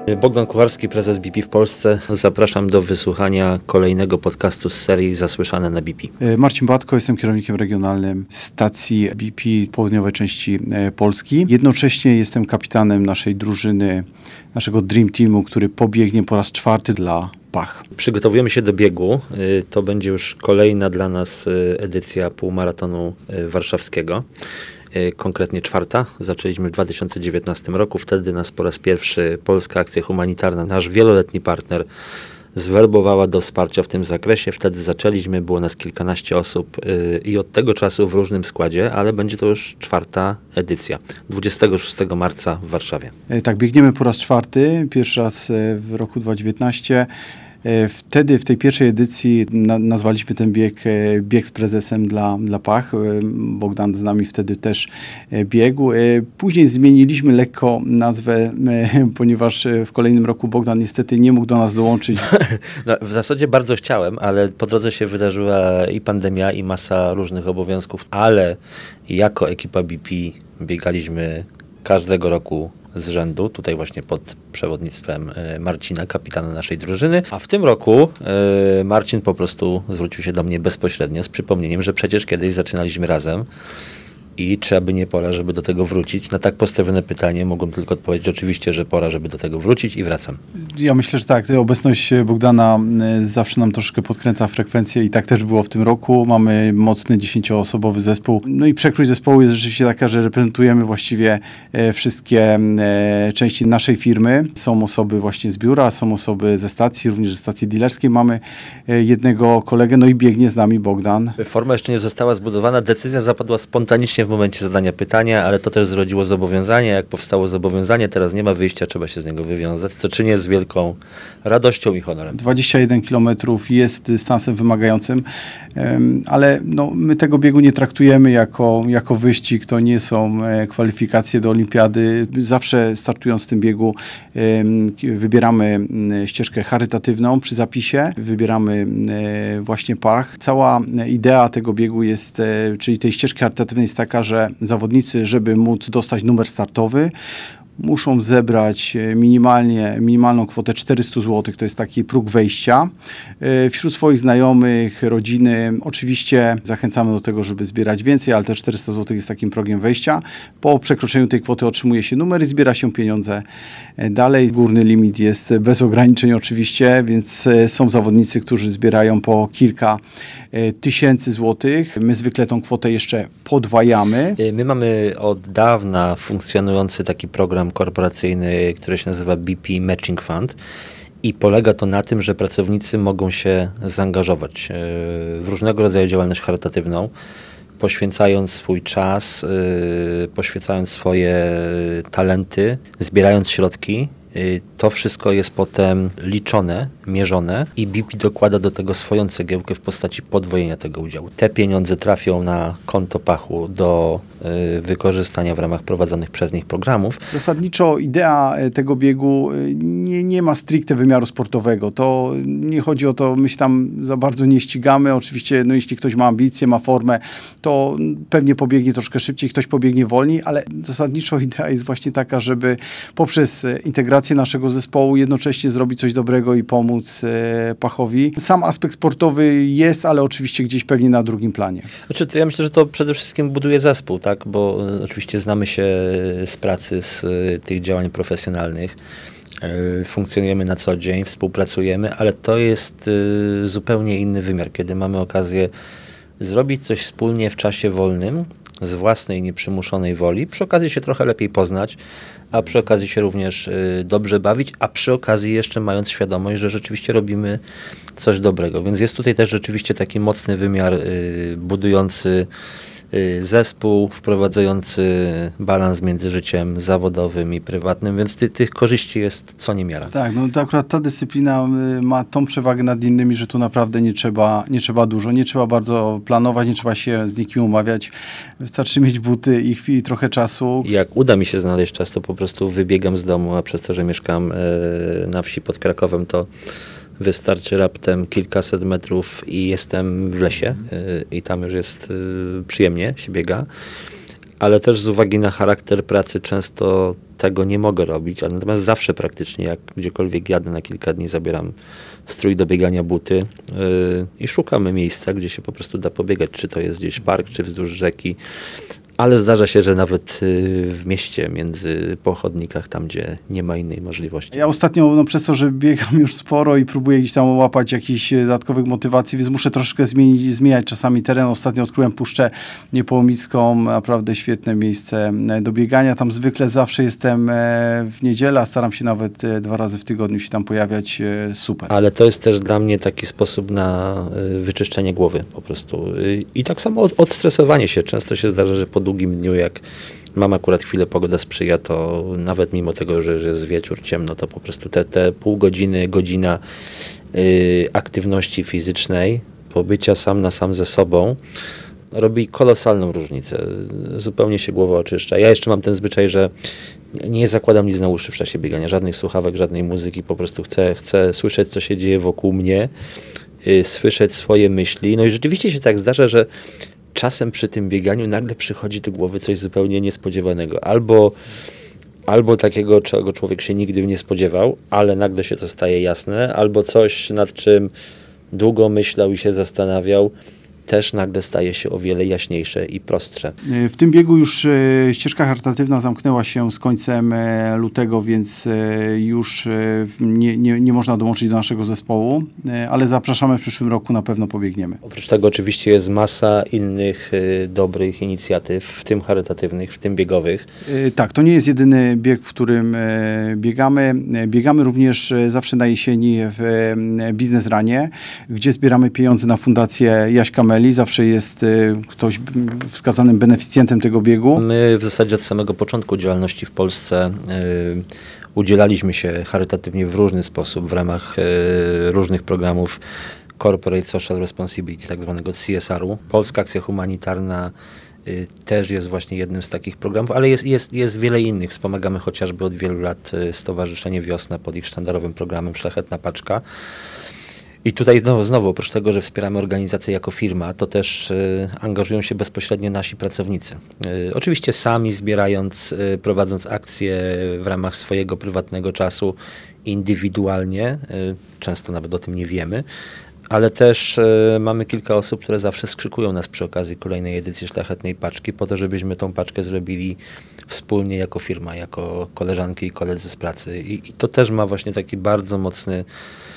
Bogdan Kucharski, prezes BP w Polsce. Zapraszam do wysłuchania kolejnego podcastu z serii Zasłyszane na BP. Marcin Batko, jestem kierownikiem regionalnym stacji BP południowej części Polski. Jednocześnie jestem kapitanem naszej drużyny, naszego Dream Teamu, który pobiegnie po raz 4 dla Pach. Przygotowujemy się do biegu. To będzie już kolejna dla nas edycja półmaratonu warszawskiego. Konkretnie 4. Zaczęliśmy w 2019 roku. Wtedy nas po raz pierwszy Polska Akcja Humanitarna, nasz wieloletni partner, zwerbowała do wsparcia w tym zakresie. Wtedy zaczęliśmy, było nas kilkanaście osób i od tego czasu w różnym składzie, ale będzie to już 4. edycja. 26 marca w Warszawie. Tak, biegniemy po raz 4. Pierwszy raz w roku 2019. Wtedy w tej pierwszej edycji nazwaliśmy ten bieg z prezesem dla Pach. Bogdan z nami wtedy też biegł. Później zmieniliśmy lekko nazwę, ponieważ w kolejnym roku Bogdan niestety nie mógł do nas dołączyć. No, w zasadzie bardzo chciałem, ale po drodze się wydarzyła i pandemia, i masa różnych obowiązków, ale jako ekipa BP biegaliśmy każdego roku z rzędu, tutaj właśnie pod przewodnictwem Marcina, kapitana naszej drużyny. A w tym roku Marcin po prostu zwrócił się do mnie bezpośrednio z przypomnieniem, że przecież kiedyś zaczynaliśmy razem i czy aby nie pora, żeby do tego wrócić. Na tak postawione pytanie mogłem tylko odpowiedzieć oczywiście, że pora, żeby do tego wrócić i wracam. Ja myślę, że tak. Obecność Bogdana zawsze nam troszkę podkręca frekwencję i tak też było w tym roku. Mamy mocny 10-osobowy zespół. No i przekrój zespołu jest rzeczywiście taka, że reprezentujemy właściwie wszystkie części naszej firmy. Są osoby właśnie z biura, są osoby ze stacji, również ze stacji dealerskiej. Mamy jednego kolegę, no i biegnie z nami Bogdan. Forma jeszcze nie została zbudowana. Decyzja zapadła spontanicznie w momencie zadania pytania, ale to też zrodziło zobowiązanie. Jak powstało zobowiązanie, teraz nie ma wyjścia, trzeba się z niego wywiązać, co czynię z wielką radością i honorem. 21 km jest dystansem wymagającym, ale no, my tego biegu nie traktujemy jako wyścig, to nie są kwalifikacje do olimpiady. Zawsze startując w tym biegu wybieramy ścieżkę charytatywną przy zapisie, wybieramy właśnie Pach. Cała idea tego biegu jest, czyli tej ścieżki charytatywnej jest taka, że zawodnicy, żeby móc dostać numer startowy, muszą zebrać minimalną kwotę 400 zł, to jest taki próg wejścia. Wśród swoich znajomych, rodziny, oczywiście zachęcamy do tego, żeby zbierać więcej, ale też 400 zł jest takim progiem wejścia. Po przekroczeniu tej kwoty otrzymuje się numer i zbiera się pieniądze dalej. Górny limit jest bez ograniczeń oczywiście, więc są zawodnicy, którzy zbierają po kilka tysięcy złotych. My zwykle tą kwotę jeszcze podwajamy. My mamy od dawna funkcjonujący taki program korporacyjny, który się nazywa BP Matching Fund i polega to na tym, że pracownicy mogą się zaangażować w różnego rodzaju działalność charytatywną, poświęcając swój czas, poświęcając swoje talenty, zbierając środki. To wszystko jest potem liczone, mierzone i BP dokłada do tego swoją cegiełkę w postaci podwojenia tego udziału. Te pieniądze trafią na konto Pachu do wykorzystania w ramach prowadzonych przez nich programów. Zasadniczo idea tego biegu nie ma stricte wymiaru sportowego. To nie chodzi o to, my się tam za bardzo nie ścigamy. Oczywiście, no, jeśli ktoś ma ambicje, ma formę, to pewnie pobiegnie troszkę szybciej, ktoś pobiegnie wolniej, ale zasadniczo idea jest właśnie taka, żeby poprzez integrację naszego zespołu jednocześnie zrobić coś dobrego i pomóc Pachowi. Sam aspekt sportowy jest, ale oczywiście gdzieś pewnie na drugim planie. Znaczy, to ja myślę, że to przede wszystkim buduje zespół, tak? Bo oczywiście znamy się z pracy, z tych działań profesjonalnych. Funkcjonujemy na co dzień, współpracujemy, ale to jest zupełnie inny wymiar, kiedy mamy okazję zrobić coś wspólnie w czasie wolnym, z własnej nieprzymuszonej woli, przy okazji się trochę lepiej poznać, a przy okazji się również dobrze bawić, a przy okazji jeszcze mając świadomość, że rzeczywiście robimy coś dobrego. Więc jest tutaj też rzeczywiście taki mocny wymiar budujący zespół, wprowadzający balans między życiem zawodowym i prywatnym, więc tych korzyści jest co niemiara. Tak, no to akurat ta dyscyplina ma tą przewagę nad innymi, że tu naprawdę nie trzeba dużo, nie trzeba bardzo planować, nie trzeba się z nikim umawiać. Wystarczy mieć buty i trochę czasu. Jak uda mi się znaleźć czas, to po prostu wybiegam z domu, a przez to, że mieszkam na wsi pod Krakowem, to wystarczy raptem kilkaset metrów i jestem w lesie i tam już jest przyjemnie się biega. ale też z uwagi na charakter pracy często tego nie mogę robić, ale natomiast zawsze praktycznie, jak gdziekolwiek jadę na kilka dni, zabieram strój do biegania, buty i szukamy miejsca, gdzie się po prostu da pobiegać, czy to jest gdzieś park, czy wzdłuż rzeki, ale zdarza się, że nawet w mieście, między pochodnikach, tam gdzie nie ma innej możliwości. Ja ostatnio, no przez to, że biegam już sporo i próbuję gdzieś tam łapać jakichś dodatkowych motywacji, więc muszę troszeczkę zmieniać czasami teren. Ostatnio odkryłem Puszczę Niepołomicką, naprawdę świetne miejsce do biegania. Tam zwykle zawsze jestem w niedzielę, a staram się nawet 2 razy w tygodniu się tam pojawiać. Super. Ale to jest też dla mnie taki sposób na wyczyszczenie głowy po prostu. I tak samo odstresowanie się. Często się zdarza, że po długim dniu, jak mam akurat chwilę, pogoda sprzyja, to nawet mimo tego, że jest wieczór, ciemno, to po prostu te pół godziny, godzina aktywności fizycznej, pobycia sam na sam ze sobą robi kolosalną różnicę. Zupełnie się głowa oczyszcza. Ja jeszcze mam ten zwyczaj, że nie zakładam nic na uszy w czasie biegania, żadnych słuchawek, żadnej muzyki, po prostu chcę słyszeć, co się dzieje wokół mnie, słyszeć swoje myśli. No i rzeczywiście się tak zdarza, że czasem przy tym bieganiu nagle przychodzi do głowy coś zupełnie niespodziewanego. Albo takiego, czego człowiek się nigdy nie spodziewał, ale nagle się to staje jasne, albo coś, nad czym długo myślał i się zastanawiał, też nagle staje się o wiele jaśniejsze i prostsze. W tym biegu już ścieżka charytatywna zamknęła się z końcem lutego, więc już nie można dołączyć do naszego zespołu, ale zapraszamy w przyszłym roku, na pewno pobiegniemy. Oprócz tego oczywiście jest masa innych dobrych inicjatyw, w tym charytatywnych, w tym biegowych. Tak, to nie jest jedyny bieg, w którym biegamy. Biegamy również zawsze na jesieni w Biznes Runie, gdzie zbieramy pieniądze na fundację Jaśka Meli. Zawsze jest ktoś wskazanym beneficjentem tego biegu. My w zasadzie od samego początku działalności w Polsce udzielaliśmy się charytatywnie w różny sposób w ramach różnych programów Corporate Social Responsibility, tak zwanego CSR-u. Polska Akcja Humanitarna też jest właśnie jednym z takich programów, ale jest wiele innych. Wspomagamy chociażby od wielu lat Stowarzyszenie Wiosna pod ich sztandarowym programem Szlachetna Paczka. I tutaj znowu, oprócz tego, że wspieramy organizację jako firma, to też angażują się bezpośrednio nasi pracownicy. Oczywiście sami zbierając, prowadząc akcje w ramach swojego prywatnego czasu indywidualnie, często nawet o tym nie wiemy, ale też mamy kilka osób, które zawsze skrzykują nas przy okazji kolejnej edycji Szlachetnej Paczki, po to, żebyśmy tą paczkę zrobili wspólnie jako firma, jako koleżanki i koledzy z pracy. I to też ma właśnie taki bardzo mocny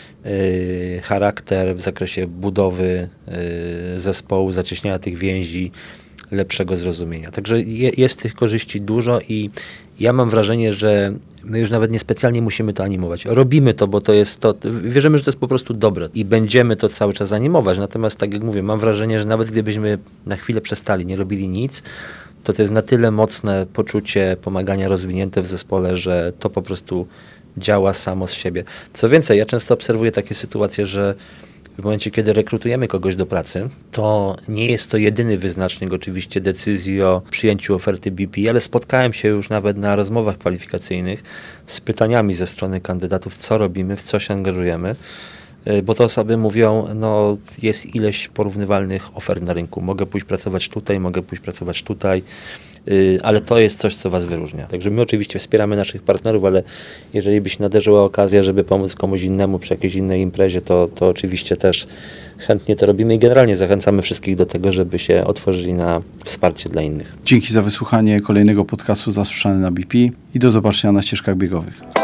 charakter w zakresie budowy zespołu, zacieśniania tych więzi, lepszego zrozumienia. Także jest tych korzyści dużo i ja mam wrażenie, że my już nawet niespecjalnie musimy to animować. Robimy to, bo to jest to, wierzymy, że to jest po prostu dobre i będziemy to cały czas animować. Natomiast tak jak mówię, mam wrażenie, że nawet gdybyśmy na chwilę przestali, nie robili nic, to jest na tyle mocne poczucie pomagania rozwinięte w zespole, że to po prostu działa samo z siebie. Co więcej, ja często obserwuję takie sytuacje, że w momencie, kiedy rekrutujemy kogoś do pracy, to nie jest to jedyny wyznacznik oczywiście decyzji o przyjęciu oferty BP, ale spotkałem się już nawet na rozmowach kwalifikacyjnych z pytaniami ze strony kandydatów, co robimy, w co się angażujemy, bo te osoby mówią, no jest ileś porównywalnych ofert na rynku, mogę pójść pracować tutaj, mogę pójść pracować tutaj, ale to jest coś, co was wyróżnia. Także my oczywiście wspieramy naszych partnerów, ale jeżeli by się nadarzyła okazja, żeby pomóc komuś innemu przy jakiejś innej imprezie, to oczywiście też chętnie to robimy i generalnie zachęcamy wszystkich do tego, żeby się otworzyli na wsparcie dla innych. Dzięki za wysłuchanie kolejnego podcastu Zasłyszany na BP i do zobaczenia na ścieżkach biegowych.